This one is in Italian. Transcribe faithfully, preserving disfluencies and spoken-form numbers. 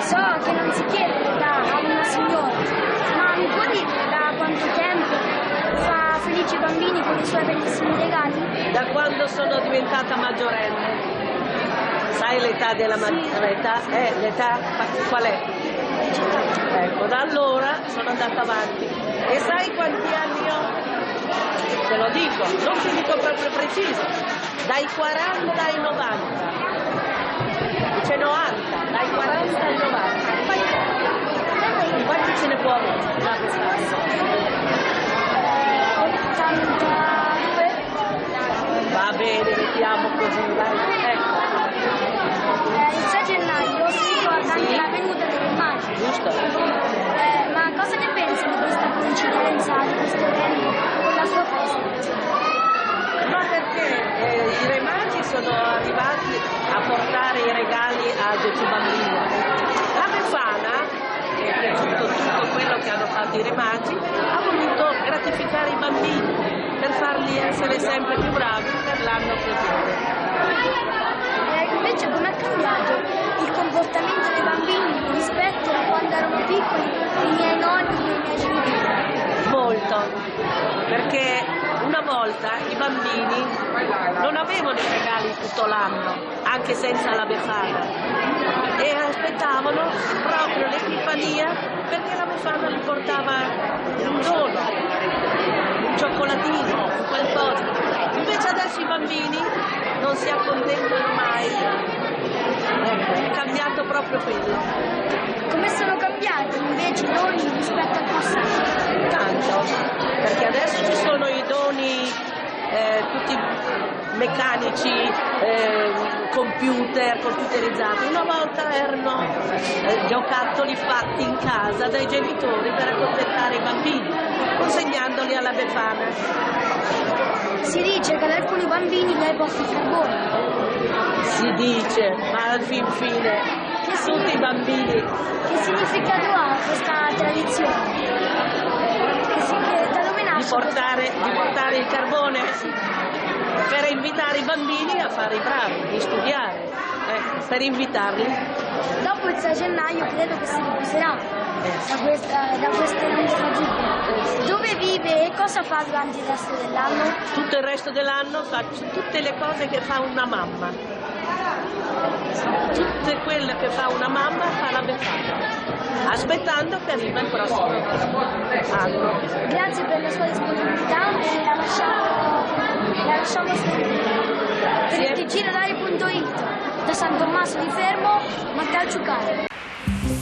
So che non si chiede l'età a una signora, ma mi può dire da quanto tempo fa felici i bambini con i suoi bellissimi regali? Da quando sono diventata maggiorenne. Sai l'età della maggioretta? Sì. Eh, l'età qual è? Ecco, da allora sono andata avanti. E sai quanti anni ho? Te lo dico, non ti dico proprio preciso, dai quaranta ai novanta. Dice novanta, dai quaranta ai novanta. Quanti ce ne può avere? Da ottantadue. Va bene, mettiamo così, dai. Ecco. Eh, il sei gennaio si ricorda anche la venuta delle Magi. Giusto. Eh, ma cosa ne pensi di questa coincidenza, di questo evento con la sua festa? No, perché eh, i Re Magi sono arrivati a portare i regali a Gesù Bambino. La Befana, che è piaciuto tutto quello che hanno fatto i Re Magi, ha voluto gratificare i bambini per farli essere sempre più bravi per l'anno che viene. Eh, invece com'è cambiato il comportamento dei bambini rispetto a quando erano piccoli, i miei nonni e i miei genitori? Molto, perché una volta i bambini non avevano i regali tutto l'anno, anche senza la Befana, e aspettavano proprio l'Epifania perché la Befana gli portava un dono, un cioccolatino, un qualcosa. Invece adesso i bambini non si accontentano mai. Ecco, è cambiato proprio quello. Come sono cambiati invece i doni rispetto al passato? Tanto, perché adesso ci sono i doni eh, tutti meccanici, eh, computer, computerizzati. Una volta erano eh, giocattoli fatti in casa dai genitori per accontentare i bambini, consegnandoli alla Befana. Si dice che ad alcuni bambini lei porta il carbone. Si dice, ma al fin fine, Che, tutti i bambini. che significato ha questa tradizione? Che si, che, da dove Di nasce? portare, di portare il carbone per invitare i bambini a fare i bravi, di studiare, eh, per invitarli. Dopo il sei gennaio credo che si riposerà da, questa, da queste nostre gite. Dove vive e cosa fa durante il resto dell'anno? Tutto il resto dell'anno faccio tutte le cose che fa una mamma. Tutte quelle che fa una mamma fa la Befana, aspettando che arriva il prossimo anno. Grazie per la sua disponibilità e la lasciamo, la lasciamo seguire. Per il T G Radari punto it, da San Tommaso di Fermo, Matteo Ciucari.